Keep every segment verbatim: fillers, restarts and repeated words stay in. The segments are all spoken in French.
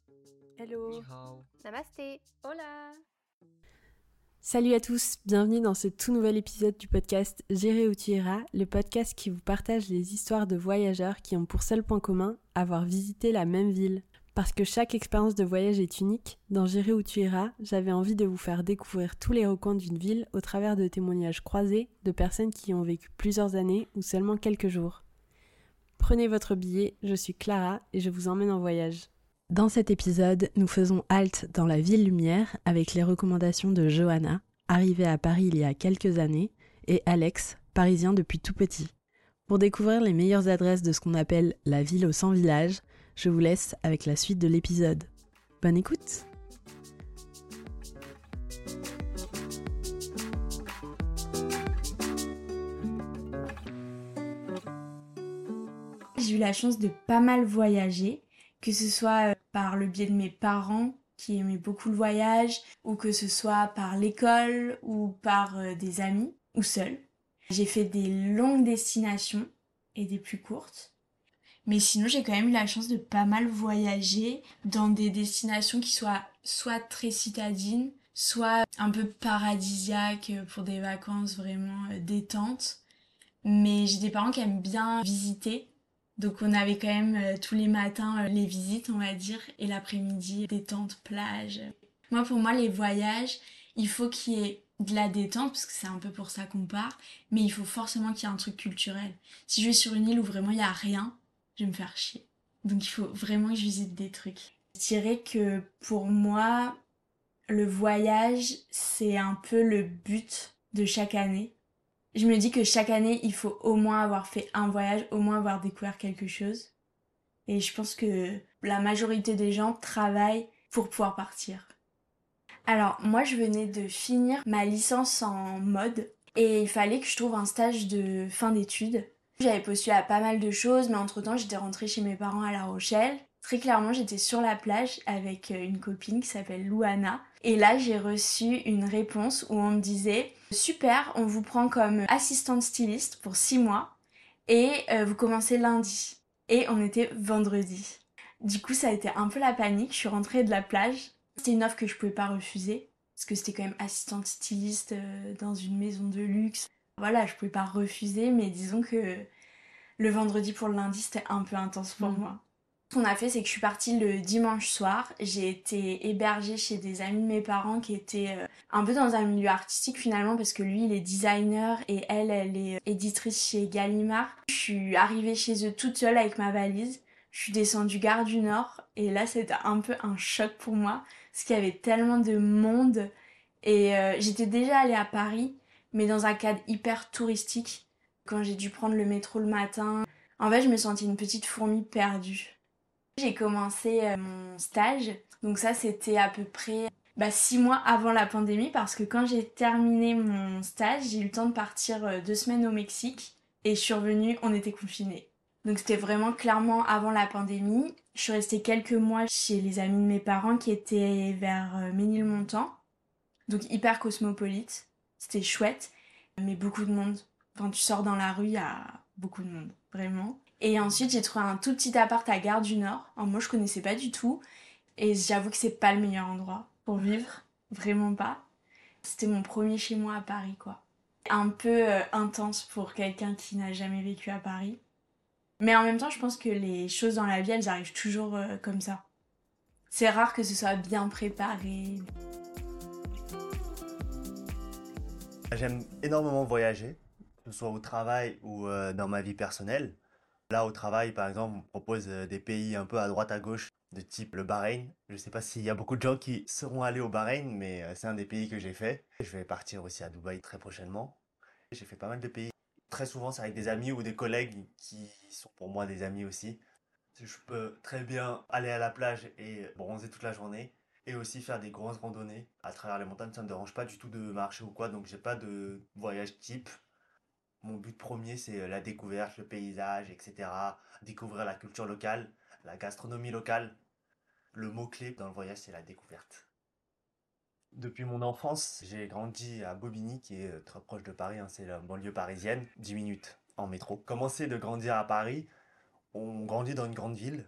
Hello. Ni hao. Namasté. Hola. Salut à tous, bienvenue dans ce tout nouvel épisode du podcast J'irai où tu iras, le podcast qui vous partage les histoires de voyageurs qui ont pour seul point commun avoir visité la même ville. Parce que chaque expérience de voyage est unique, dans J'irai où tu iras, j'avais envie de vous faire découvrir tous les recoins d'une ville au travers de témoignages croisés de personnes qui y ont vécu plusieurs années ou seulement quelques jours. Prenez votre billet, je suis Clara et je vous emmène en voyage. Dans cet épisode, nous faisons halte dans la ville lumière avec les recommandations de Johanna, arrivée à Paris il y a quelques années, et Alex, parisien depuis tout petit. Pour découvrir les meilleures adresses de ce qu'on appelle la ville aux cent villages, je vous laisse avec la suite de l'épisode. Bonne écoute! J'ai eu la chance de pas mal voyager, que ce soit par le biais de mes parents qui aimaient beaucoup le voyage, ou que ce soit par l'école ou par des amis, ou seule. J'ai fait des longues destinations et des plus courtes. Mais sinon, j'ai quand même eu la chance de pas mal voyager dans des destinations qui soient soit très citadines, soit un peu paradisiaques pour des vacances vraiment détente. Mais j'ai des parents qui aiment bien visiter. Donc on avait quand même euh, tous les matins euh, les visites, on va dire, et l'après-midi, détente, plage. Moi, pour moi, les voyages, il faut qu'il y ait de la détente, parce que c'est un peu pour ça qu'on part, mais il faut forcément qu'il y ait un truc culturel. Si je vais sur une île où vraiment il n'y a rien, je vais me faire chier. Donc il faut vraiment que je visite des trucs. Je dirais que pour moi, le voyage, c'est un peu le but de chaque année. Je me dis que chaque année, il faut au moins avoir fait un voyage, au moins avoir découvert quelque chose. Et je pense que la majorité des gens travaillent pour pouvoir partir. Alors, moi, je venais de finir ma licence en mode et il fallait que je trouve un stage de fin d'études. J'avais postulé à pas mal de choses, mais entre-temps, j'étais rentrée chez mes parents à La Rochelle. Très clairement, j'étais sur la plage avec une copine qui s'appelle Louana. Et là, j'ai reçu une réponse où on me disait « Super, on vous prend comme assistante styliste pour six mois et euh, vous commencez lundi. » Et on était vendredi. Du coup, ça a été un peu la panique. Je suis rentrée de la plage. C'était une offre que je pouvais pas refuser parce que c'était quand même assistante styliste euh, dans une maison de luxe. Voilà, je pouvais pas refuser, mais disons que le vendredi pour le lundi, c'était un peu intense pour mmh. moi. Ce qu'on a fait, c'est que je suis partie le dimanche soir. J'ai été hébergée chez des amis de mes parents qui étaient euh, un peu dans un milieu artistique finalement, parce que lui, il est designer et elle, elle est éditrice chez Gallimard. Je suis arrivée chez eux toute seule avec ma valise. Je suis descendue gare du Nord et là, c'était un peu un choc pour moi parce qu'il y avait tellement de monde. Et euh, j'étais déjà allée à Paris, mais dans un cadre hyper touristique. Quand j'ai dû prendre le métro le matin, en fait, je me sentais une petite fourmi perdue. J'ai commencé euh, mon stage, donc ça c'était à peu près bah, six mois avant la pandémie, parce que quand j'ai terminé mon stage, j'ai eu le temps de partir euh, deux semaines au Mexique, et je suis revenue, on était confinés. Donc c'était vraiment clairement avant la pandémie. Je suis restée quelques mois chez les amis de mes parents qui étaient vers euh, Ménilmontant, donc hyper cosmopolite, c'était chouette, mais beaucoup de monde. Quand tu sors dans la rue, il y a beaucoup de monde, vraiment. Et ensuite, j'ai trouvé un tout petit appart à Gare du Nord. Alors, moi, je connaissais pas du tout. Et j'avoue que c'est pas le meilleur endroit pour vivre. Vraiment pas. C'était mon premier chez moi à Paris, quoi. Un peu euh, intense pour quelqu'un qui n'a jamais vécu à Paris. Mais en même temps, je pense que les choses dans la vie, elles arrivent toujours euh, comme ça. C'est rare que ce soit bien préparé. J'aime énormément voyager, que ce soit au travail ou euh, dans ma vie personnelle. Là, au travail, par exemple, on me propose euh, des pays un peu à droite à gauche, de type le Bahreïn. Je ne sais pas s'il y a beaucoup de gens qui seront allés au Bahreïn, mais euh, c'est un des pays que j'ai fait. Je vais partir aussi à Dubaï très prochainement. J'ai fait pas mal de pays. Très souvent, c'est avec des amis ou des collègues qui sont pour moi des amis aussi. Je peux très bien aller à la plage et bronzer toute la journée. Et aussi faire des grosses randonnées à travers les montagnes, ça me dérange pas du tout de marcher ou quoi, donc j'ai pas de voyage type. Mon but premier, c'est la découverte, le paysage, et cetera. Découvrir la culture locale, la gastronomie locale. Le mot-clé dans le voyage, c'est la découverte. Depuis mon enfance, j'ai grandi à Bobigny, qui est très proche de Paris, hein, c'est la banlieue parisienne, dix minutes en métro. Commencer de grandir à Paris, on grandit dans une grande ville.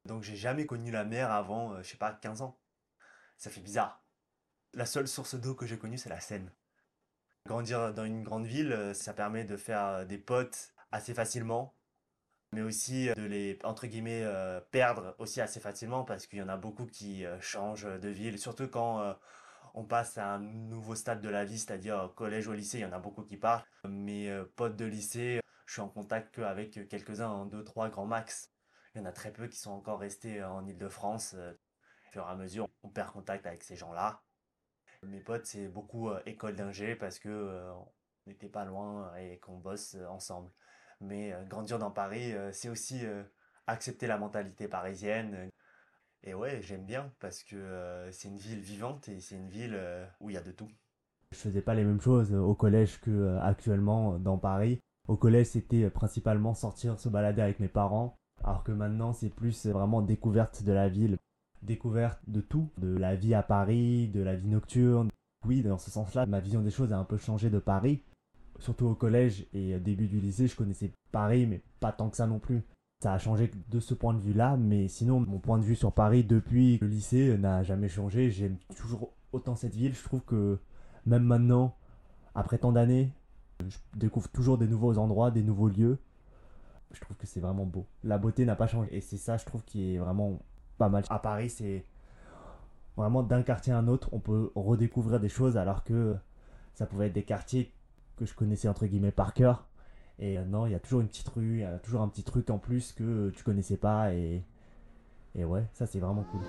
Donc j'ai jamais connu la mer avant, euh, je sais pas, quinze ans. Ça fait bizarre. La seule source d'eau que j'ai connue, c'est la Seine. Grandir dans une grande ville, euh, ça permet de faire euh, des potes assez facilement, mais aussi euh, de les, entre guillemets, euh, perdre aussi assez facilement parce qu'il y en a beaucoup qui euh, changent de ville, surtout quand euh, on passe à un nouveau stade de la vie, c'est-à-dire au collège ou au lycée, il y en a beaucoup qui partent. Mes euh, potes de lycée, je suis en contact qu'avec quelques-uns, en deux, trois grands max. Il y en a très peu qui sont encore restés en Île-de-France. Euh, Au fur et à mesure, on perd contact avec ces gens-là. Mes potes, c'est beaucoup euh, école d'ingé parce que euh, on n'était pas loin et qu'on bosse euh, ensemble. Mais euh, grandir dans Paris, euh, c'est aussi euh, accepter la mentalité parisienne. Et ouais, j'aime bien parce que euh, c'est une ville vivante et c'est une ville euh, où il y a de tout. Je faisais pas les mêmes choses au collège que euh, actuellement dans Paris. Au collège, c'était euh, principalement sortir, se balader avec mes parents, alors que maintenant, c'est plus euh, vraiment découverte de la ville, découverte de tout, de la vie à Paris, de la vie nocturne. Oui, dans ce sens-là, ma vision des choses a un peu changé de Paris. Surtout au collège et euh, début du lycée, je connaissais Paris, mais pas tant que ça non plus. Ça a changé de ce point de vue-là, mais sinon, mon point de vue sur Paris depuis le lycée euh, n'a jamais changé. J'aime toujours autant cette ville. Je trouve que même maintenant, après tant d'années, je découvre toujours des nouveaux endroits, des nouveaux lieux. Je trouve que c'est vraiment beau. La beauté n'a pas changé. Et c'est ça, je trouve, qui est vraiment pas mal. À Paris, c'est vraiment d'un quartier à un autre, on peut redécouvrir des choses alors que ça pouvait être des quartiers que je connaissais entre guillemets par cœur. Et euh, non, il y a toujours une petite rue, il y a toujours un petit truc en plus que tu connaissais pas. Et, et ouais, ça c'est vraiment cool.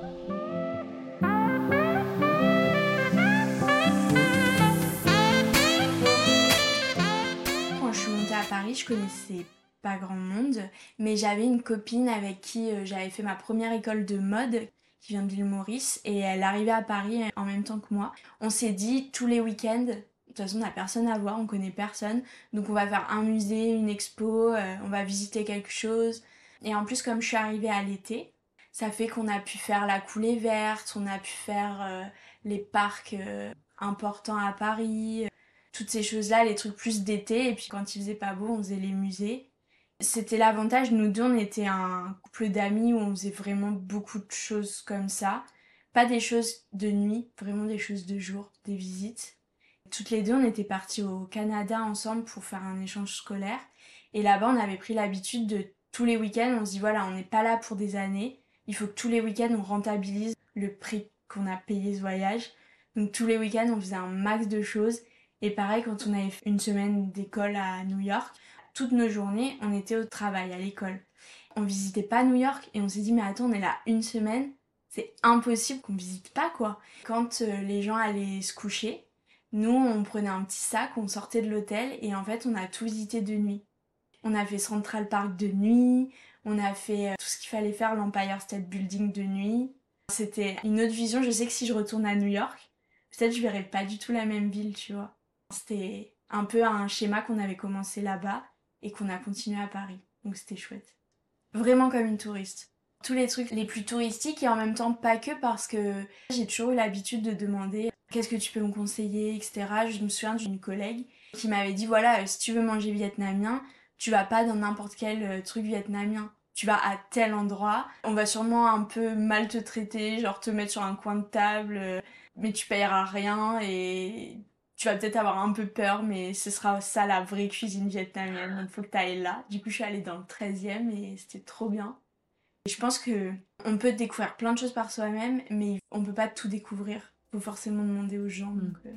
Quand je suis montée à Paris, je connaissais pas grand monde, mais j'avais une copine avec qui euh, j'avais fait ma première école de mode, qui vient de l'île Maurice, et elle arrivait à Paris en même temps que moi. On s'est dit tous les week-ends, de toute façon on n'a personne à voir, on connaît personne, donc on va faire un musée, une expo, euh, on va visiter quelque chose. Et en plus comme je suis arrivée à l'été, ça fait qu'on a pu faire la coulée verte, on a pu faire euh, les parcs euh, importants à Paris, toutes ces choses-là, les trucs plus d'été, et puis quand il faisait pas beau, on faisait les musées. C'était l'avantage, nous deux, on était un couple d'amis où on faisait vraiment beaucoup de choses comme ça. Pas des choses de nuit, vraiment des choses de jour, des visites. Toutes les deux, on était partis au Canada ensemble pour faire un échange scolaire. Et là-bas, on avait pris l'habitude de tous les week-ends, on se dit voilà, on n'est pas là pour des années. Il faut que tous les week-ends, on rentabilise le prix qu'on a payé ce voyage. Donc tous les week-ends, on faisait un max de choses. Et pareil, quand on avait fait une semaine d'école à New York, toutes nos journées, on était au travail, à l'école. On visitait pas New York et on s'est dit mais attends, on est là une semaine, c'est impossible qu'on visite pas quoi. Quand euh, les gens allaient se coucher, nous on prenait un petit sac, on sortait de l'hôtel et en fait on a tout visité de nuit. On a fait Central Park de nuit, on a fait euh, tout ce qu'il fallait faire, l'Empire State Building de nuit. C'était une autre vision, je sais que si je retourne à New York, peut-être je verrais pas du tout la même ville, tu vois. C'était un peu un schéma qu'on avait commencé là-bas et qu'on a continué à Paris. Donc c'était chouette. Vraiment comme une touriste. Tous les trucs les plus touristiques et en même temps pas que parce que j'ai toujours eu l'habitude de demander qu'est-ce que tu peux me conseiller, et cetera. Je me souviens d'une collègue qui m'avait dit voilà, si tu veux manger vietnamien, tu vas pas dans n'importe quel truc vietnamien. Tu vas à tel endroit, on va sûrement un peu mal te traiter, genre te mettre sur un coin de table, mais tu payeras rien et tu vas peut-être avoir un peu peur, mais ce sera ça la vraie cuisine vietnamienne, donc faut que t'ailles là. Du coup, je suis allée dans le treizième et c'était trop bien. Et je pense que on peut découvrir plein de choses par soi-même, mais on peut pas tout découvrir. Faut forcément demander aux gens. Donc, euh...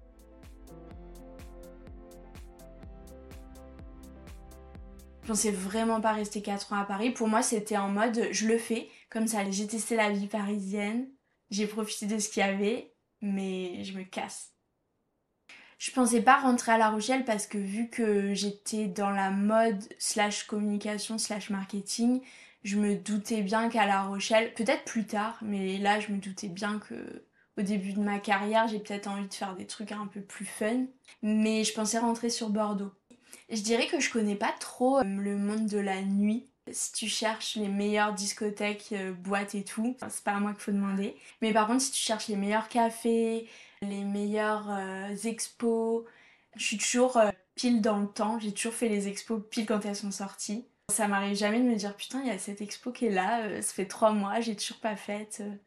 Je pensais vraiment pas rester quatre ans à Paris. Pour moi, c'était en mode je le fais, comme ça. J'ai testé la vie parisienne, j'ai profité de ce qu'il y avait, mais je me casse. Je pensais pas rentrer à La Rochelle parce que vu que j'étais dans la mode slash communication slash marketing, je me doutais bien qu'à La Rochelle, peut-être plus tard, mais là je me doutais bien que au début de ma carrière, j'ai peut-être envie de faire des trucs un peu plus fun, mais je pensais rentrer sur Bordeaux. Je dirais que je connais pas trop le monde de la nuit. Si tu cherches les meilleures discothèques, euh, boîtes et tout, c'est pas à moi qu'il faut demander. Mais par contre, si tu cherches les meilleurs cafés, les meilleures euh, expos, je suis toujours euh, pile dans le temps. J'ai toujours fait les expos pile quand elles sont sorties. Ça m'arrive jamais de me dire putain, il y a cette expo qui est là, euh, ça fait trois mois, j'ai toujours pas faite. euh.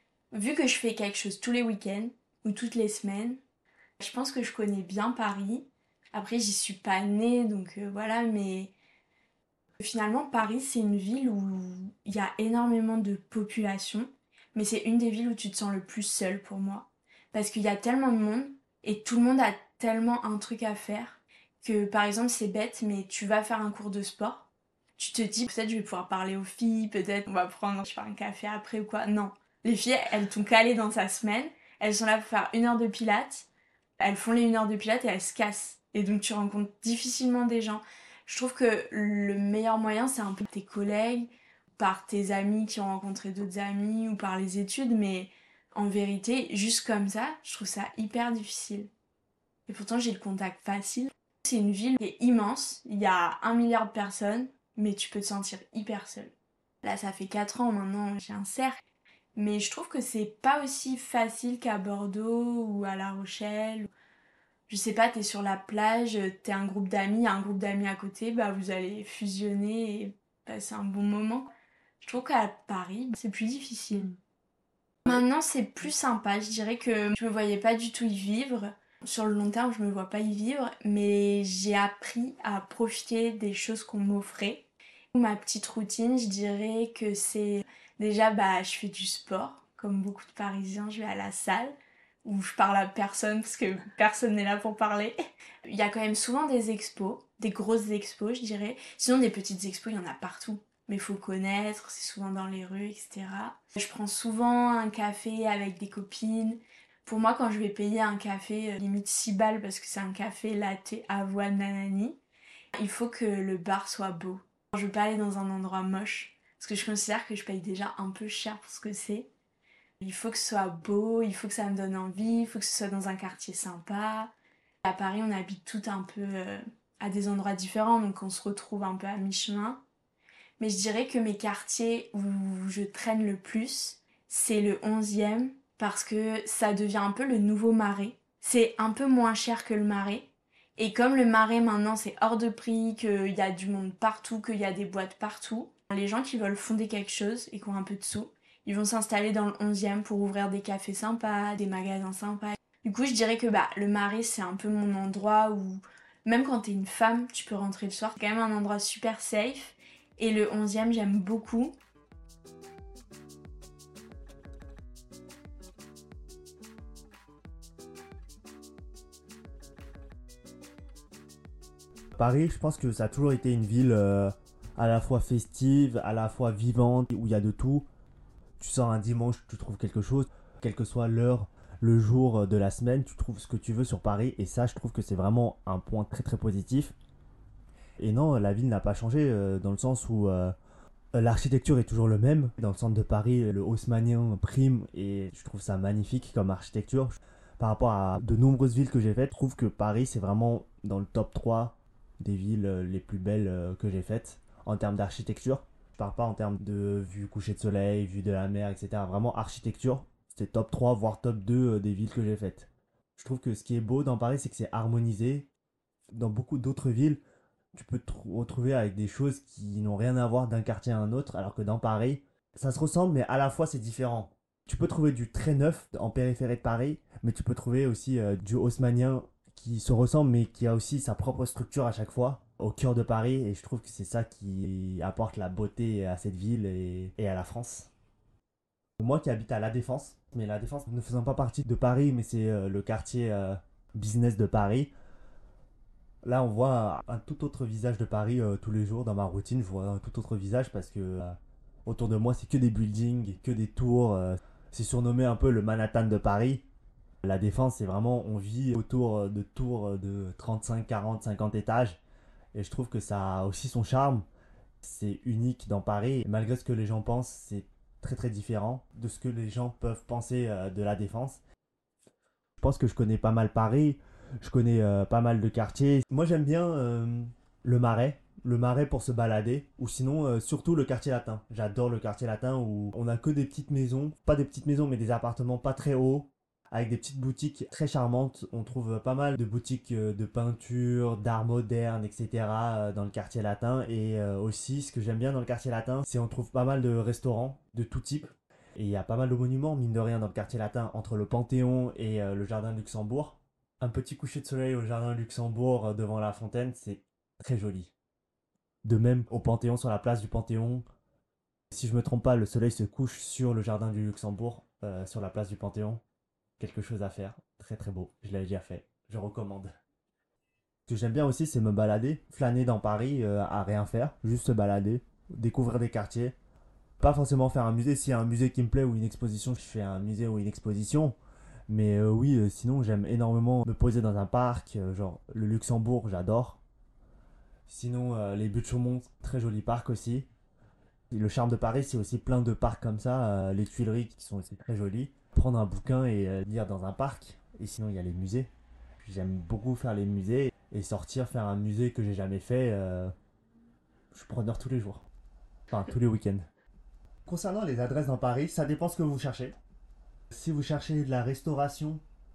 Vu que je fais quelque chose tous les week-ends ou toutes les semaines, je pense que je connais bien Paris. Après, j'y suis pas née, donc euh, voilà, mais finalement, Paris, c'est une ville où il y a énormément de population, mais c'est une des villes où tu te sens le plus seul pour moi. Parce qu'il y a tellement de monde et tout le monde a tellement un truc à faire que, par exemple, c'est bête, mais tu vas faire un cours de sport. Tu te dis, peut-être je vais pouvoir parler aux filles, peut-être on va prendre, je sais pas, un café après ou quoi. Non. Les filles, elles t'ont calé dans sa semaine, elles sont là pour faire une heure de pilates, elles font les une heure de pilates et elles se cassent. Et donc tu rencontres difficilement des gens. Je trouve que le meilleur moyen, c'est un peu tes collègues, par tes amis qui ont rencontré d'autres amis ou par les études, mais en vérité, juste comme ça, je trouve ça hyper difficile. Et pourtant, j'ai le contact facile. C'est une ville qui est immense, il y a un milliard de personnes, mais tu peux te sentir hyper seul. Là, ça fait quatre ans maintenant, j'ai un cercle, mais je trouve que c'est pas aussi facile qu'à Bordeaux ou à La Rochelle. Je sais pas, t'es sur la plage, t'es un groupe d'amis, un groupe d'amis à côté, bah vous allez fusionner et passer un bon moment. Je trouve qu'à Paris, c'est plus difficile. Maintenant, c'est plus sympa. Je dirais que je me voyais pas du tout y vivre. Sur le long terme, je me vois pas y vivre, mais j'ai appris à profiter des choses qu'on m'offrait. Ma petite routine, je dirais que c'est déjà, bah, je fais du sport, comme beaucoup de Parisiens, je vais à la salle où je parle à personne parce que personne n'est là pour parler. Il y a quand même souvent des expos, des grosses expos, je dirais. Sinon, des petites expos, il y en a partout. Mais il faut connaître, c'est souvent dans les rues, et cetera. Je prends souvent un café avec des copines. Pour moi, quand je vais payer un café, limite six balles parce que c'est un café latte avoine nanani, il faut que le bar soit beau. Je veux pas aller dans un endroit moche parce que je considère que je paye déjà un peu cher pour ce que c'est. Il faut que ce soit beau, il faut que ça me donne envie, il faut que ce soit dans un quartier sympa. À Paris, on habite tout un peu euh, à des endroits différents, donc on se retrouve un peu à mi-chemin. Mais je dirais que mes quartiers où je traîne le plus, c'est le onzième, parce que ça devient un peu le nouveau Marais. C'est un peu moins cher que le Marais. Et comme le Marais maintenant c'est hors de prix, qu'il y a du monde partout, qu'il y a des boîtes partout, les gens qui veulent fonder quelque chose et qui ont un peu de sous, ils vont s'installer dans le onzième pour ouvrir des cafés sympas, des magasins sympas. Du coup, je dirais que bah, le Marais, c'est un peu mon endroit où, même quand t'es une femme, tu peux rentrer le soir. C'est quand même un endroit super safe. Et le onzième, j'aime beaucoup. Paris, je pense que ça a toujours été une ville euh, à la fois festive, à la fois vivante, où il y a de tout. Tu sors un dimanche, tu trouves quelque chose, quelle que soit l'heure, le jour de la semaine, tu trouves ce que tu veux sur Paris. Et ça, je trouve que c'est vraiment un point très très positif. Et non, la ville n'a pas changé euh, dans le sens où euh, l'architecture est toujours le même. Dans le centre de Paris, le haussmannien prime et je trouve ça magnifique comme architecture. Par rapport à de nombreuses villes que j'ai faites, je trouve que Paris, c'est vraiment dans le top trois des villes les plus belles que j'ai faites en termes d'architecture. Je parle pas en termes de vue coucher de soleil, vue de la mer, et cetera. Vraiment architecture, c'était top trois voire top deux des villes que j'ai faites. Je trouve que ce qui est beau dans Paris, c'est que c'est harmonisé. Dans beaucoup d'autres villes, tu peux te retrouver avec des choses qui n'ont rien à voir d'un quartier à un autre, alors que dans Paris, ça se ressemble, mais à la fois c'est différent. Tu peux trouver du très neuf en périphérie de Paris, mais tu peux trouver aussi euh, du haussmannien qui se ressemble, mais qui a aussi sa propre structure à chaque fois, au cœur de Paris, et je trouve que c'est ça qui apporte la beauté à cette ville et, et à la France. Moi qui habite à La Défense, mais La Défense ne faisant pas partie de Paris, mais c'est euh, le quartier euh, business de Paris. Là, on voit un tout autre visage de Paris euh, tous les jours dans ma routine. Je vois un tout autre visage parce que euh, autour de moi, c'est que des buildings, que des tours. Euh, c'est surnommé un peu le Manhattan de Paris. La Défense, c'est vraiment, on vit autour de tours de trente-cinq, quarante, cinquante étages. Et je trouve que ça a aussi son charme. C'est unique dans Paris. Et malgré ce que les gens pensent, c'est très très différent de ce que les gens peuvent penser euh, de La Défense. Je pense que je connais pas mal Paris. Je connais euh, pas mal de quartiers. Moi, j'aime bien euh, le Marais. Le Marais pour se balader. Ou sinon, euh, surtout le quartier latin. J'adore le quartier latin où on a que des petites maisons. Pas des petites maisons, mais des appartements pas très hauts. avec des petites boutiques très charmantes. On trouve pas mal de boutiques euh, de peinture, d'art moderne, et cetera euh, dans le quartier latin. Et euh, aussi, ce que j'aime bien dans le quartier latin, c'est qu'on trouve pas mal de restaurants de tout type. Et il y a pas mal de monuments, mine de rien, dans le quartier latin, entre le Panthéon et euh, le Jardin de Luxembourg. Un petit coucher de soleil au Jardin de Luxembourg euh, devant la fontaine, c'est très joli. De même, au Panthéon, sur la place du Panthéon, si je me trompe pas, le soleil se couche sur le Jardin du Luxembourg, euh, sur la place du Panthéon. Quelque chose à faire. Très très beau. Je l'avais déjà fait. Je recommande. Ce que j'aime bien aussi, c'est me balader, flâner dans Paris euh, à rien faire, juste se balader, découvrir des quartiers. Pas forcément faire un musée. S'il y a un musée qui me plaît ou une exposition, je fais un musée ou une exposition. Mais euh, oui, euh, sinon j'aime énormément me poser dans un parc, euh, genre le Luxembourg, j'adore. Sinon, euh, les Buttes-Chaumont, très joli parc aussi. Et le charme de Paris, c'est aussi plein de parcs comme ça, euh, les Tuileries qui sont aussi très jolis. Prendre un bouquin et euh, lire dans un parc. Et sinon, il y a les musées. J'aime beaucoup faire les musées et sortir faire un musée que j'ai jamais fait. Euh, je suis preneur tous les jours. Enfin, tous les week-ends. Concernant les adresses dans Paris, ça dépend ce que vous cherchez. Si vous cherchez de la restauration,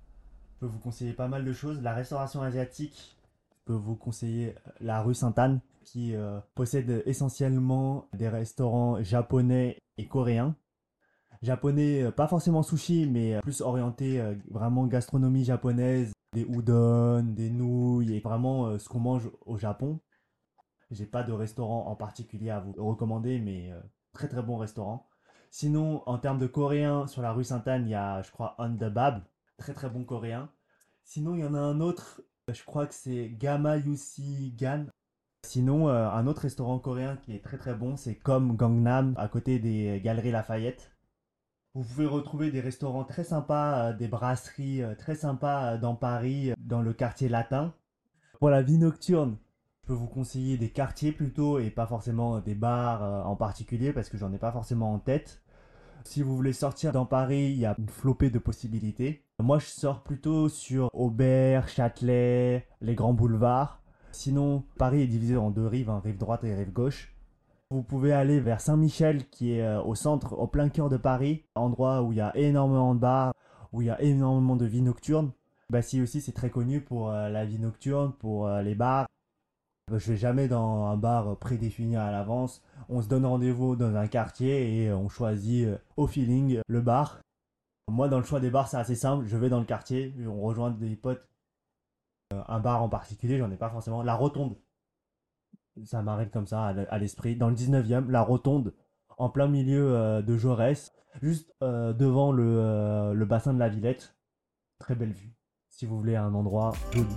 je peux vous conseiller pas mal de choses. La restauration asiatique, je peux vous conseiller la rue Sainte-Anne, qui euh, possède essentiellement des restaurants japonais et coréens. Japonais, euh, pas forcément sushi, mais euh, plus orienté euh, vraiment gastronomie japonaise, des udon, des nouilles, et vraiment euh, ce qu'on mange au Japon. J'ai pas de restaurant en particulier à vous recommander, mais euh, très très bon restaurant. Sinon, en termes de coréen, sur la rue Sainte-Anne, il y a, je crois, On The Bab, très très bon coréen. Sinon, il y en a un autre, euh, je crois que c'est Gama Yusi Gan. Sinon, euh, un autre restaurant coréen qui est très très bon, c'est comme Gangnam, à côté des Galeries Lafayette. Vous pouvez retrouver des restaurants très sympas, euh, des brasseries euh, très sympas euh, dans Paris, euh, dans le quartier latin. Pour la vie nocturne, je peux vous conseiller des quartiers plutôt et pas forcément des bars euh, en particulier parce que j'en ai pas forcément en tête. Si vous voulez sortir dans Paris, il y a une flopée de possibilités. Moi, je sors plutôt sur Aubert, Châtelet, les grands boulevards. Sinon, Paris est divisé en deux rives, hein, rive droite et rive gauche. Vous pouvez aller vers Saint-Michel qui est euh, au centre, au plein cœur de Paris, endroit où il y a énormément de bars, où il y a énormément de vie nocturne. Passy aussi c'est très connu pour euh, la vie nocturne, pour euh, les bars. Je vais jamais dans un bar prédéfini à l'avance. On se donne rendez-vous dans un quartier et on choisit euh, au feeling le bar. Moi dans le choix des bars c'est assez simple, je vais dans le quartier, on rejoint des potes. Euh, un bar en particulier, j'en ai pas forcément. La Rotonde, ça m'arrive comme ça à l'esprit. Dans le dix-neuvième, la Rotonde, en plein milieu euh, de Jaurès, juste euh, devant le, euh, le bassin de la Villette. Très belle vue, si vous voulez un endroit joli.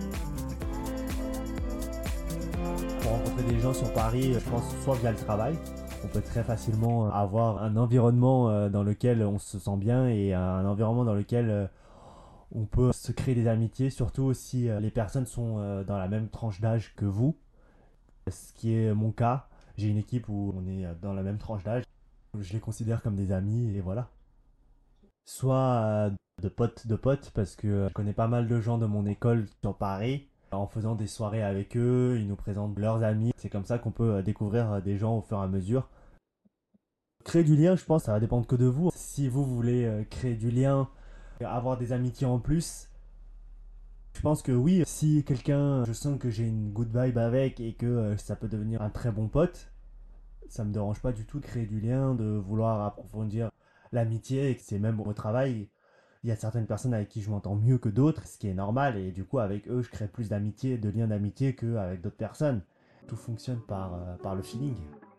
Pour rencontrer des gens sur Paris, je pense soit via le travail, on peut très facilement avoir un environnement euh, dans lequel on se sent bien et un environnement dans lequel euh, on peut se créer des amitiés, surtout si euh, les personnes sont euh, dans la même tranche d'âge que vous. Ce qui est mon cas, j'ai une équipe où on est dans la même tranche d'âge. Je les considère comme des amis et voilà. Soit euh, de potes de potes, parce que je connais pas mal de gens de mon école sur Paris. En faisant des soirées avec eux, ils nous présentent leurs amis. C'est comme ça qu'on peut découvrir des gens au fur et à mesure. Créer du lien, je pense, ça va dépendre que de vous. Si vous voulez créer du lien, avoir des amitiés en plus, je pense que oui, si quelqu'un, je sens que j'ai une good vibe avec et que ça peut devenir un très bon pote, ça me dérange pas du tout de créer du lien, de vouloir approfondir l'amitié et que c'est même au travail. Il y a certaines personnes avec qui je m'entends mieux que d'autres, ce qui est normal, et du coup avec eux je crée plus d'amitié, de liens d'amitié qu'avec d'autres personnes. Tout fonctionne par, euh, par le feeling.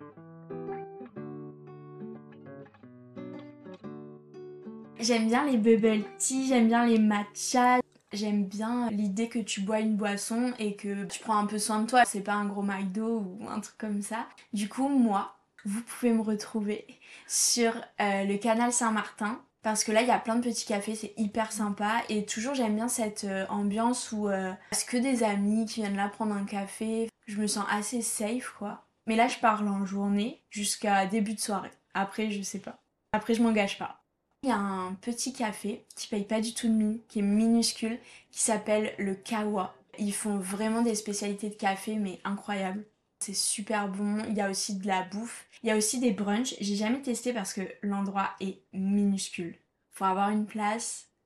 J'aime bien les bubble tea, j'aime bien les matchas. J'aime bien l'idée que tu bois une boisson et que tu prends un peu soin de toi. C'est pas un gros McDo ou un truc comme ça. Du coup, moi, vous pouvez me retrouver sur euh, le canal Saint-Martin. Parce que là, il y a plein de petits cafés, c'est hyper sympa. Et toujours, j'aime bien cette euh, ambiance où euh, c'est que des amis qui viennent là prendre un café. Je me sens assez safe, quoi. Mais là, je parle en journée jusqu'à début de soirée. Après, je sais pas. Après, je m'engage pas. Il y a un petit café qui paye pas du tout de mine, qui est minuscule, qui s'appelle le Kawa. Ils font vraiment des spécialités de café, mais incroyables. C'est super bon, il y a aussi de la bouffe. Il y a aussi des brunchs, j'ai jamais testé parce que l'endroit est minuscule. Faut avoir une place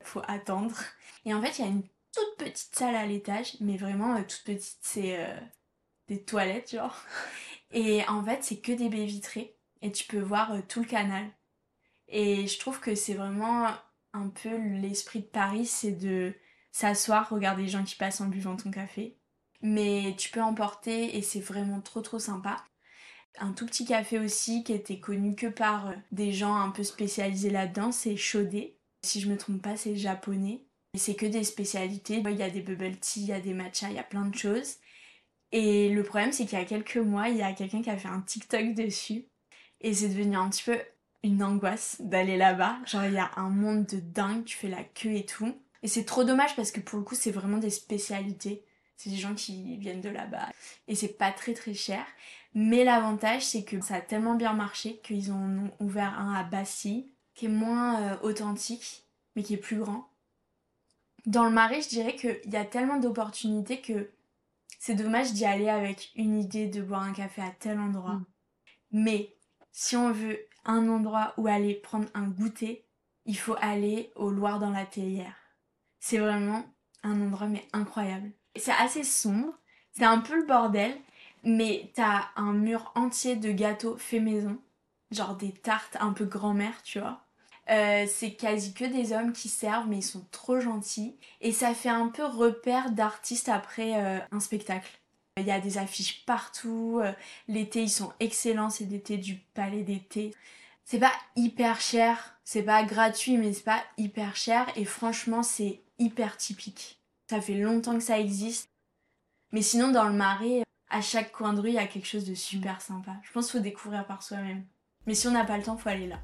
faut attendre. Et en fait, il y a une toute petite salle à l'étage, mais vraiment euh, toute petite, c'est euh, des toilettes, genre. Et en fait, c'est que des baies vitrées, et tu peux voir euh, tout le canal. Et je trouve que c'est vraiment un peu l'esprit de Paris, c'est de s'asseoir, regarder les gens qui passent en buvant ton café. Mais tu peux emporter et c'est vraiment trop trop sympa. Un tout petit café aussi qui était connu que par euh, des gens un peu spécialisés là-dedans, c'est Chaudé. Si je me trompe pas, c'est japonais. Et c'est que des spécialités. Il y a des bubble tea, il y a des matchas, il y a plein de choses. Et le problème, c'est qu'il y a quelques mois, il y a quelqu'un qui a fait un TikTok dessus. Et c'est devenu un petit peu une angoisse d'aller là-bas. Genre, il y a un monde de dingue, tu fais la queue et tout. Et c'est trop dommage parce que pour le coup, c'est vraiment des spécialités. C'est des gens qui viennent de là-bas. Et c'est pas très très cher. Mais l'avantage, c'est que ça a tellement bien marché qu'ils en ont ouvert un à Passy, qui est moins euh, authentique, mais qui est plus grand. Dans le Marais, je dirais qu'il y a tellement d'opportunités que c'est dommage d'y aller avec une idée de boire un café à tel endroit. Mm. Mais si on veut un endroit où aller prendre un goûter, il faut aller au Loir dans la Théière. C'est vraiment un endroit mais incroyable. C'est assez sombre, c'est un peu le bordel, mais t'as un mur entier de gâteaux faits maison, genre des tartes un peu grand-mère, tu vois. Euh, c'est quasi que des hommes qui servent, mais ils sont trop gentils. Et ça fait un peu repère d'artistes après euh, un spectacle. Il y a des affiches partout, euh, les thés ils sont excellents, c'est des thés du Palais des Thés. C'est pas hyper cher, c'est pas gratuit, mais c'est pas hyper cher, et franchement c'est hyper typique. Ça fait longtemps que ça existe, mais sinon dans le Marais, à chaque coin de rue, il y a quelque chose de super sympa. Je pense qu'il faut découvrir par soi-même. Mais si on n'a pas le temps, faut aller là.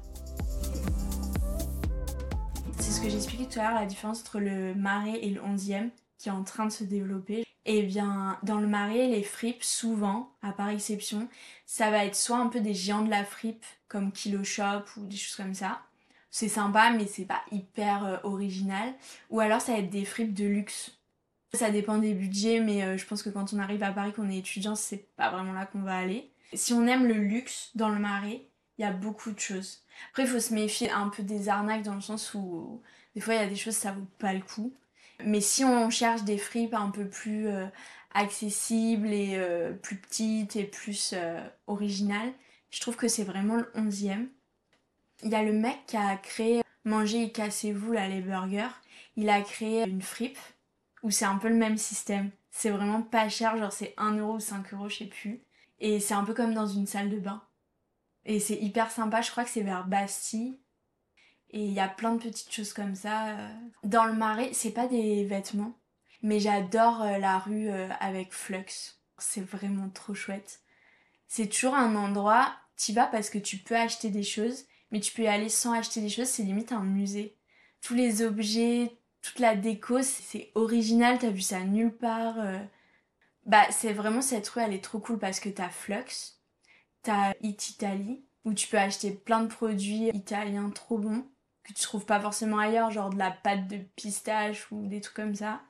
C'est ce que j'expliquais tout à l'heure, la différence entre le Marais et le onzième, qui est en train de se développer. Et bien, dans le Marais, les fripes, souvent, à part exception, ça va être soit un peu des géants de la fripe, comme Kilo Shop ou des choses comme ça. C'est sympa, mais c'est pas hyper euh, original. Ou alors, ça va être des fripes de luxe. Ça dépend des budgets, mais euh, je pense que quand on arrive à Paris, qu'on est étudiant, c'est pas vraiment là qu'on va aller. Si on aime le luxe dans le Marais, il y a beaucoup de choses. Après, il faut se méfier un peu des arnaques dans le sens où des fois, il y a des choses, ça vaut pas le coup. Mais si on cherche des fripes un peu plus euh, accessibles et euh, plus petites et plus euh, originales, je trouve que c'est vraiment le onzième. Il y a le mec qui a créé Mangez et cassez-vous, là, les burgers. Il a créé une fripe où c'est un peu le même système. C'est vraiment pas cher, genre c'est un euro ou cinq euros, je sais plus. Et c'est un peu comme dans une salle de bain. Et c'est hyper sympa, je crois que c'est vers Bastille. Et il y a plein de petites choses comme ça. Dans le Marais, c'est pas des vêtements, mais j'adore euh, la rue euh, avec Flux. C'est vraiment trop chouette. C'est toujours un endroit, t'y vas parce que tu peux acheter des choses, mais tu peux y aller sans acheter des choses, c'est limite un musée. Tous les objets, toute la déco, c'est c'est original, t'as vu ça nulle part. euh. Bah, c'est vraiment cette rue, elle est trop cool parce que t'as Flux, t'as It Italy, où tu peux acheter plein de produits italiens trop bons, que tu trouves pas forcément ailleurs, genre de la pâte de pistache ou des trucs comme ça.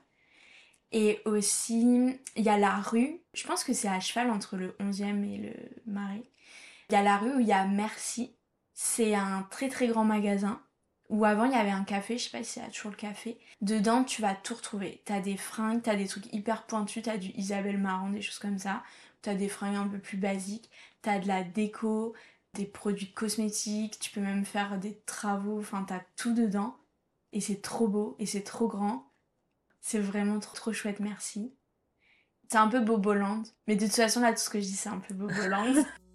Et aussi, il y a la rue, je pense que c'est à cheval entre le onzième et le Marais. Il y a la rue où il y a Merci. C'est un très très grand magasin où avant il y avait un café, je sais pas si y a toujours le café. Dedans, tu vas tout retrouver. T'as des fringues, t'as des trucs hyper pointus, t'as du Isabelle Marant, des choses comme ça. T'as des fringues un peu plus basiques. T'as de la déco, des produits cosmétiques, tu peux même faire des travaux, enfin t'as tout dedans. Et c'est trop beau et c'est trop grand. C'est vraiment trop, trop chouette, merci. C'est un peu Boboland. Mais de toute façon, là, tout ce que je dis, c'est un peu Boboland.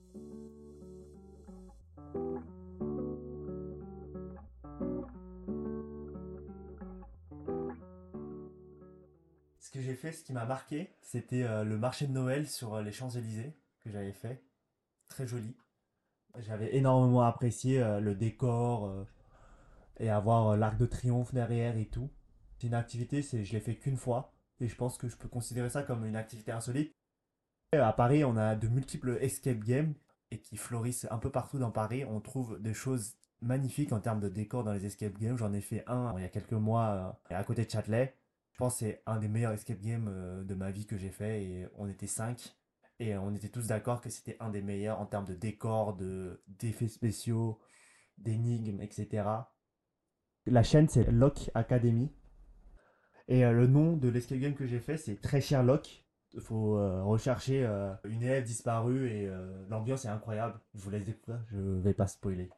Ce que j'ai fait, ce qui m'a marqué, c'était euh, le marché de Noël sur euh, les Champs-Élysées que j'avais fait. Très joli. J'avais énormément apprécié euh, le décor euh, et avoir euh, l'Arc de Triomphe derrière et tout. C'est une activité, c'est, je l'ai fait qu'une fois et je pense que je peux considérer ça comme une activité insolite. Et à Paris, on a de multiples escape games et qui fleurissent un peu partout dans Paris. On trouve des choses magnifiques en termes de décor dans les escape games. J'en ai fait un il y a quelques mois euh, à côté de Châtelet. Je pense que c'est un des meilleurs escape games euh, de ma vie que j'ai fait et on était cinq et on était tous d'accord que c'était un des meilleurs en termes de décor, de d'effets spéciaux, d'énigmes, et cetera. La chaîne, c'est Lock Academy. Et euh, le nom de l'escape game que j'ai fait, c'est Très cher Lock. Il faut euh, rechercher euh, une élève disparue et euh, l'ambiance est incroyable. Je vous laisse découvrir, je vais pas spoiler.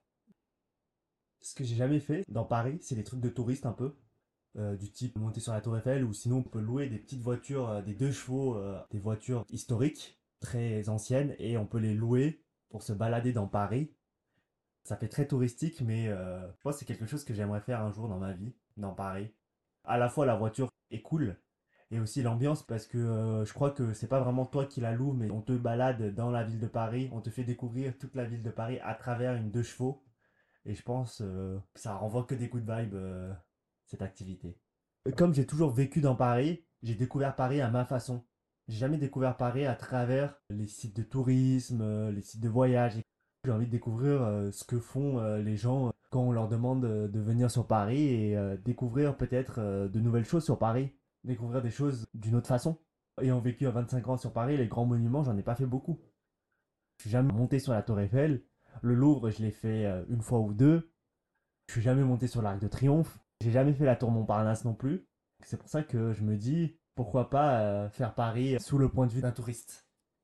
Ce que j'ai jamais fait dans Paris, c'est les trucs de touristes un peu. Euh, du type monter sur la Tour Eiffel, ou sinon on peut louer des petites voitures, euh, des deux chevaux, euh, des voitures historiques, très anciennes, et on peut les louer pour se balader dans Paris. Ça fait très touristique, mais euh, je pense que c'est quelque chose que j'aimerais faire un jour dans ma vie, dans Paris. À la fois la voiture est cool, et aussi l'ambiance, parce que euh, je crois que c'est pas vraiment toi qui la loues, mais on te balade dans la ville de Paris, on te fait découvrir toute la ville de Paris à travers une deux chevaux, et je pense euh, que ça renvoie que des coups de vibe, euh, cette activité. Comme j'ai toujours vécu dans Paris, j'ai découvert Paris à ma façon. J'ai jamais découvert Paris à travers les sites de tourisme, euh, les sites de voyage. J'ai envie de découvrir euh, ce que font euh, les gens quand on leur demande euh, de venir sur Paris et euh, découvrir peut-être euh, de nouvelles choses sur Paris. Découvrir des choses d'une autre façon. Ayant vécu à vingt-cinq ans sur Paris, les grands monuments, j'en ai pas fait beaucoup. Je suis jamais monté sur la Tour Eiffel. Le Louvre, je l'ai fait euh, une fois ou deux. Je suis jamais monté sur l'Arc de Triomphe. J'ai jamais fait la Tour Montparnasse non plus. C'est pour ça que je me dis, pourquoi pas euh, faire Paris sous le point de vue d'un touriste.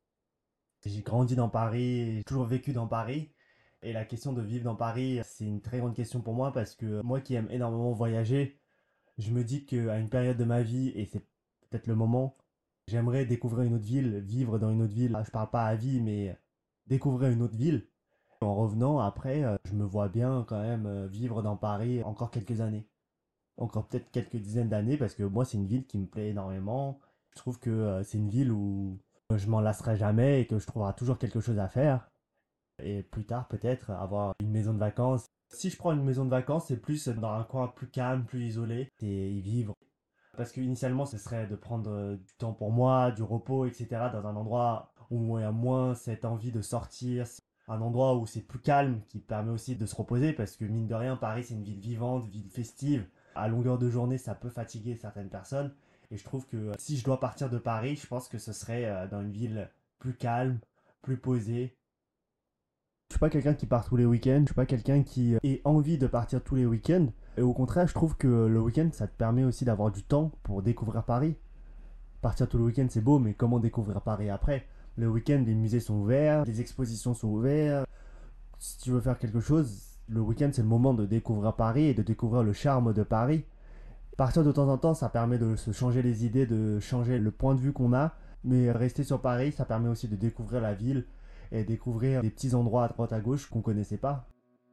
J'ai grandi dans Paris, j'ai toujours vécu dans Paris. Et la question de vivre dans Paris, c'est une très grande question pour moi parce que moi qui aime énormément voyager, je me dis qu'à une période de ma vie, et c'est peut-être le moment, j'aimerais découvrir une autre ville, vivre dans une autre ville. Je parle pas à vie, mais découvrir une autre ville. En revenant, après, euh, je me vois bien quand même euh, vivre dans Paris encore quelques années. Encore peut-être quelques dizaines d'années, parce que moi, c'est une ville qui me plaît énormément. Je trouve que euh, c'est une ville où je m'en lasserai jamais et que je trouverai toujours quelque chose à faire. Et plus tard, peut-être, avoir une maison de vacances. Si je prends une maison de vacances, c'est plus dans un coin plus calme, plus isolé, et y vivre. Parce qu'initialement, ce serait de prendre euh, du temps pour moi, du repos, et cetera, dans un endroit où il y a moins cette envie de sortir, un endroit où c'est plus calme, qui permet aussi de se reposer, parce que mine de rien, Paris, c'est une ville vivante, ville festive. À longueur de journée, ça peut fatiguer certaines personnes. Et je trouve que euh, si je dois partir de Paris, je pense que ce serait euh, dans une ville plus calme, plus posée. Je suis pas quelqu'un qui part tous les week-ends, je suis pas quelqu'un qui euh, ait envie de partir tous les week-ends. Et au contraire, je trouve que le week-end, ça te permet aussi d'avoir du temps pour découvrir Paris. Partir tout le week-end, c'est beau, mais comment découvrir Paris après? Le week-end, les musées sont ouverts, les expositions sont ouvertes. Si tu veux faire quelque chose, le week-end, c'est le moment de découvrir Paris et de découvrir le charme de Paris. Partir de temps en temps, ça permet de se changer les idées, de changer le point de vue qu'on a. Mais rester sur Paris, ça permet aussi de découvrir la ville et découvrir des petits endroits à droite à gauche qu'on connaissait pas.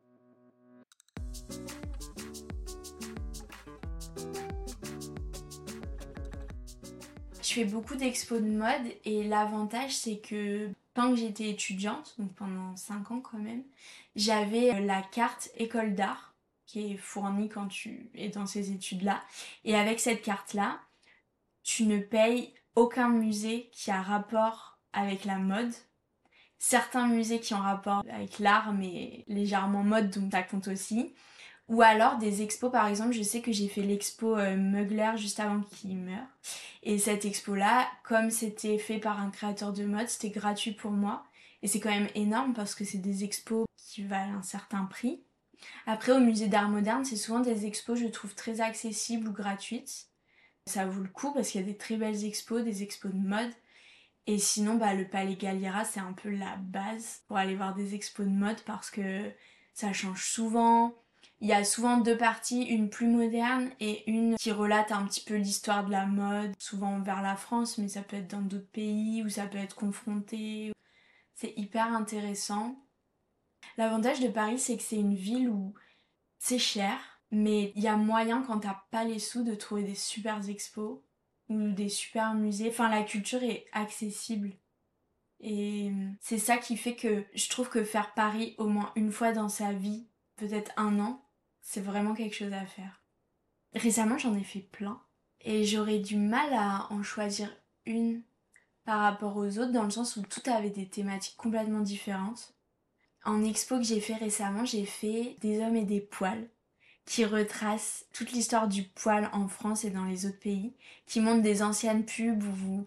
Je fais beaucoup d'expos de mode et l'avantage c'est que quand j'étais étudiante, donc pendant cinq ans quand même, j'avais la carte école d'art qui est fournie quand tu es dans ces études-là. Et avec cette carte-là, tu ne payes aucun musée qui a rapport avec la mode. Certains musées qui ont rapport avec l'art mais légèrement mode, donc ça compte aussi. Ou alors des expos, par exemple, je sais que j'ai fait l'expo euh, Mugler juste avant qu'il meure. Et cette expo-là, comme c'était fait par un créateur de mode, c'était gratuit pour moi. Et c'est quand même énorme parce que c'est des expos qui valent un certain prix. Après, au musée d'art moderne, c'est souvent des expos, je trouve, très accessibles ou gratuites. Ça vaut le coup parce qu'il y a des très belles expos, des expos de mode. Et sinon, bah, le Palais Galliera, c'est un peu la base pour aller voir des expos de mode parce que ça change souvent. Il y a souvent deux parties, une plus moderne et une qui relate un petit peu l'histoire de la mode, souvent vers la France, mais ça peut être dans d'autres pays ou ça peut être confronté. C'est hyper intéressant. L'avantage de Paris, c'est que c'est une ville où c'est cher, mais il y a moyen quand t'as pas les sous de trouver des super expos ou des super musées. Enfin, la culture est accessible. Et c'est ça qui fait que je trouve que faire Paris au moins une fois dans sa vie, peut-être un an, c'est vraiment quelque chose à faire. Récemment, j'en ai fait plein. Et j'aurais du mal à en choisir une par rapport aux autres, dans le sens où tout avait des thématiques complètement différentes. En expo que j'ai fait récemment, j'ai fait Des hommes et des poils, qui retrace toute l'histoire du poil en France et dans les autres pays, qui montre des anciennes pubs où vous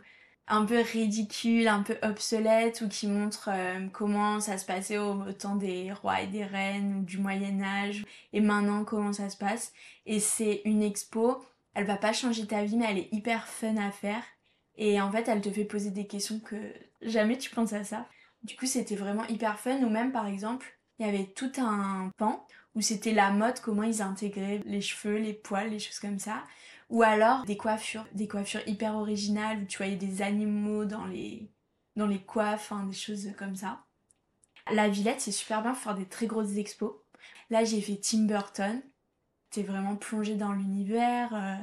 un peu ridicules, un peu obsolètes, ou qui montrent euh, comment ça se passait au, au temps des rois et des reines, ou du Moyen-Âge, et maintenant comment ça se passe. Et c'est une expo, elle va pas changer ta vie, mais elle est hyper fun à faire. Et en fait, elle te fait poser des questions que jamais tu penses à ça. Du coup, c'était vraiment hyper fun. Ou même, par exemple, il y avait tout un pan où c'était la mode, comment ils intégraient les cheveux, les poils, les choses comme ça. Ou alors des coiffures, des coiffures hyper originales où tu voyais des animaux dans les, dans les coiffes, hein, des choses comme ça. La Villette, c'est super bien pour faire des très grosses expos. Là, j'ai fait Tim Burton. T'es vraiment plongé dans l'univers. euh.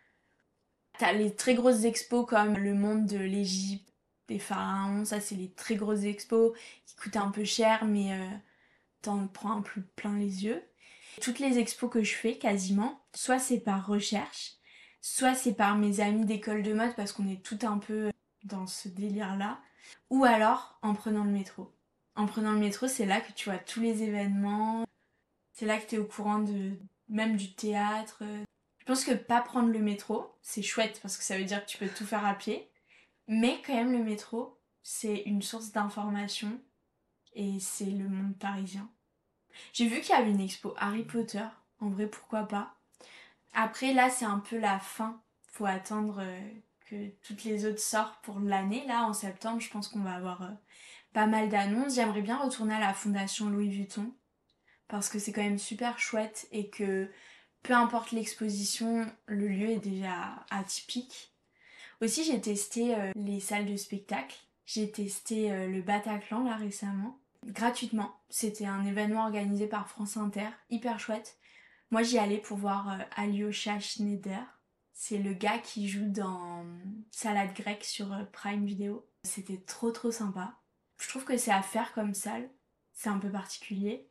T'as les très grosses expos comme le monde de l'Égypte, des pharaons. Ça, c'est les très grosses expos qui coûtent un peu cher, mais euh, t'en prends un peu plein les yeux. Toutes les expos que je fais, quasiment, soit c'est par recherche, soit c'est par mes amis d'école de mode parce qu'on est tout un peu dans ce délire-là, ou alors en prenant le métro. En prenant le métro, c'est là que tu vois tous les événements, c'est là que tu es au courant de même du théâtre. Je pense que pas prendre le métro, c'est chouette parce que ça veut dire que tu peux tout faire à pied, mais quand même le métro, c'est une source d'information et c'est le monde parisien. J'ai vu qu'il y avait une expo Harry Potter, en vrai pourquoi pas. Après là c'est un peu la fin, faut attendre euh, que toutes les autres sortent pour l'année. Là en septembre je pense qu'on va avoir euh, pas mal d'annonces. J'aimerais bien retourner à la fondation Louis Vuitton parce que c'est quand même super chouette et que peu importe l'exposition, le lieu est déjà atypique. Aussi j'ai testé euh, les salles de spectacle, j'ai testé euh, le Bataclan là récemment. Gratuitement. C'était un événement organisé par France Inter, hyper chouette. Moi j'y allais pour voir euh, Alyosha Schneider. C'est le gars qui joue dans Salade grecque sur euh, Prime Video. C'était trop trop sympa. Je trouve que c'est à faire comme salle. C'est un peu particulier,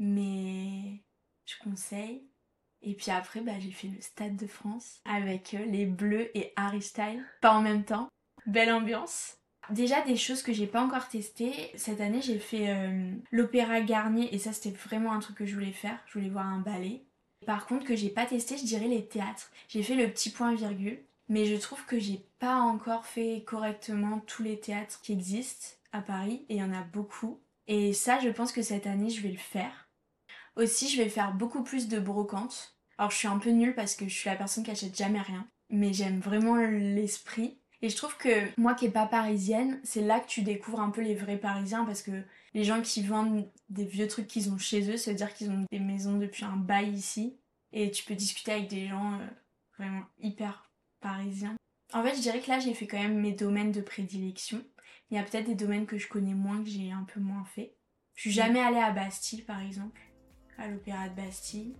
mais je conseille. Et puis après, bah, j'ai fait le Stade de France avec euh, les Bleus et Harry Styles. Pas en même temps. Belle ambiance. Déjà des choses que j'ai pas encore testées. Cette année j'ai fait euh, l'Opéra Garnier et ça c'était vraiment un truc que je voulais faire. Je voulais voir un ballet. Par contre que j'ai pas testé, je dirais les théâtres. J'ai fait le Petit Point Virgule, mais je trouve que j'ai pas encore fait correctement tous les théâtres qui existent à Paris et il y en a beaucoup. Et ça je pense que cette année je vais le faire. Aussi je vais faire beaucoup plus de brocante. Alors je suis un peu nulle parce que je suis la personne qui achète jamais rien, mais j'aime vraiment l'esprit. Et je trouve que moi qui n'ai pas parisienne, c'est là que tu découvres un peu les vrais Parisiens parce que les gens qui vendent des vieux trucs qu'ils ont chez eux, ça veut dire qu'ils ont des maisons depuis un bail ici. Et tu peux discuter avec des gens euh, vraiment hyper parisiens. En fait, je dirais que là, j'ai fait quand même mes domaines de prédilection. Il y a peut-être des domaines que je connais moins, que j'ai un peu moins fait. Je suis jamais allée à Bastille, par exemple, à l'Opéra de Bastille.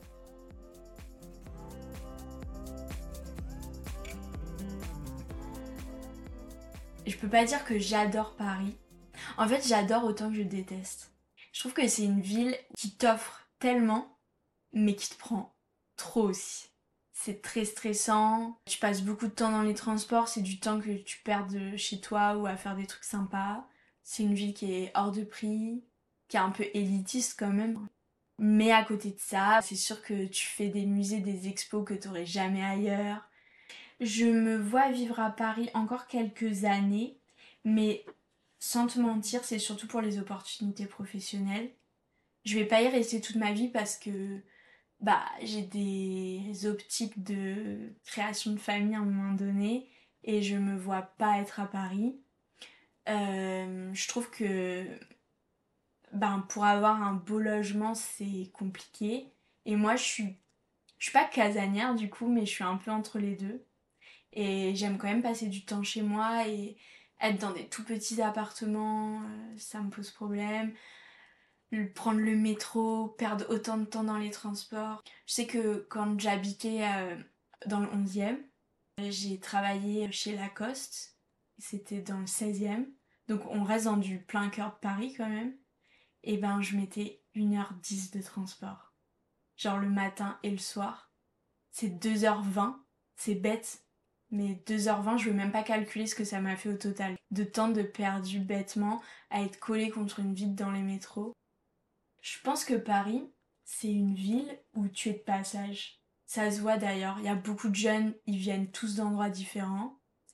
Je peux pas dire que j'adore Paris. En fait, j'adore autant que je déteste. Je trouve que c'est une ville qui t'offre tellement, mais qui te prend trop aussi. C'est très stressant, tu passes beaucoup de temps dans les transports, c'est du temps que tu perds de chez toi ou à faire des trucs sympas. C'est une ville qui est hors de prix, qui est un peu élitiste quand même. Mais à côté de ça, c'est sûr que tu fais des musées, des expos que t'aurais jamais ailleurs. Je me vois vivre à Paris encore quelques années, mais sans te mentir, c'est surtout pour les opportunités professionnelles. Je vais pas y rester toute ma vie parce que bah j'ai des optiques de création de famille à un moment donné et je me vois pas être à Paris. Euh, je trouve que ben, pour avoir un beau logement, c'est compliqué. Et moi, je suis, je suis pas casanière du coup, mais je suis un peu entre les deux. Et j'aime quand même passer du temps chez moi et être dans des tout petits appartements, euh, ça me pose problème. Le- Prendre le métro, perdre autant de temps dans les transports. Je sais que quand j'habitais euh, dans le onzième, j'ai travaillé chez Lacoste, c'était dans le seizième. Donc on reste dans du plein cœur de Paris quand même. Et ben je mettais une heure dix de transport. Genre le matin et le soir. C'est deux heures vingt, c'est bête. Mais deux heures vingt, je veux même pas calculer ce que ça m'a fait au total. De temps de perdu bêtement à être collé contre une vitre dans les métros. Je pense que Paris, c'est une ville où tu es de passage. Ça se voit d'ailleurs, il y a beaucoup de jeunes, ils viennent tous d'endroits différents.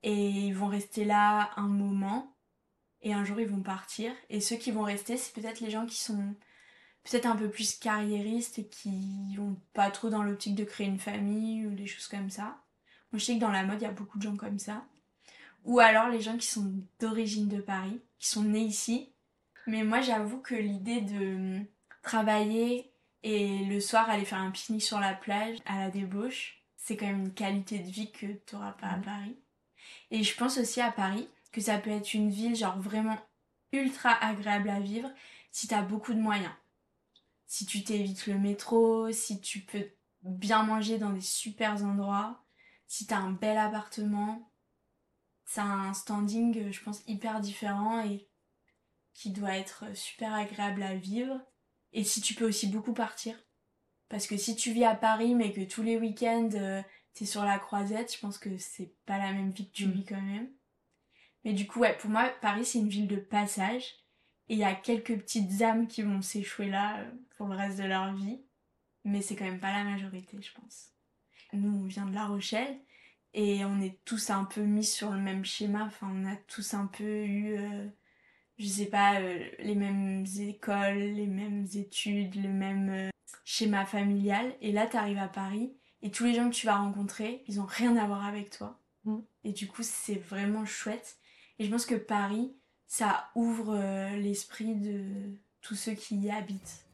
et ils vont rester là un moment et un jour ils vont partir. Et ceux qui vont rester, c'est peut-être les gens qui sont peut-être un peu plus carriéristes et qui vont pas trop dans l'optique de créer une famille ou des choses comme ça. Moi je sais que dans la mode il y a beaucoup de gens comme ça. Ou alors les gens qui sont d'origine de Paris, qui sont nés ici. Mais moi j'avoue que l'idée de travailler et le soir aller faire un pique-nique sur la plage à la débauche, c'est quand même une qualité de vie que t'auras pas à Paris. Et je pense aussi à Paris que ça peut être une ville genre vraiment ultra agréable à vivre si t'as beaucoup de moyens. Si tu t'évites le métro, si tu peux bien manger dans des super endroits, si t'as un bel appartement. C'est un standing, je pense, hyper différent et qui doit être super agréable à vivre. Et si tu peux aussi beaucoup partir. Parce que si tu vis à Paris mais que tous les week-ends euh, t'es sur la Croisette, je pense que c'est pas la même vie que tu mmh. vis quand même. Mais du coup, ouais, pour moi, Paris c'est une ville de passage. Et il y a quelques petites âmes qui vont s'échouer là euh, pour le reste de leur vie. Mais c'est quand même pas la majorité, je pense. Nous, on vient de La Rochelle. Et on est tous un peu mis sur le même schéma. Enfin, on a tous un peu eu, euh, je sais pas, euh, les mêmes écoles, les mêmes études, le même euh, schéma familial. Et là, t'arrives à Paris et tous les gens que tu vas rencontrer, ils ont rien à voir avec toi. Mmh. Et du coup, c'est vraiment chouette. Et je pense que Paris, ça ouvre euh, l'esprit de tous ceux qui y habitent.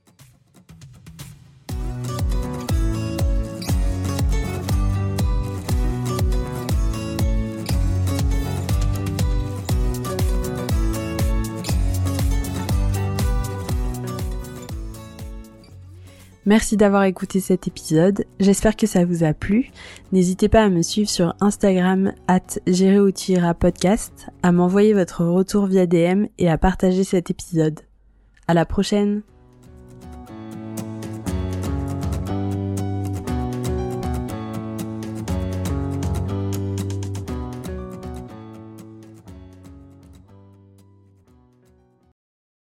Merci d'avoir écouté cet épisode, j'espère que ça vous a plu. N'hésitez pas à me suivre sur Instagram arobase gérer ou tu iras podcast, à m'envoyer votre retour via D M et à partager cet épisode. À la prochaine!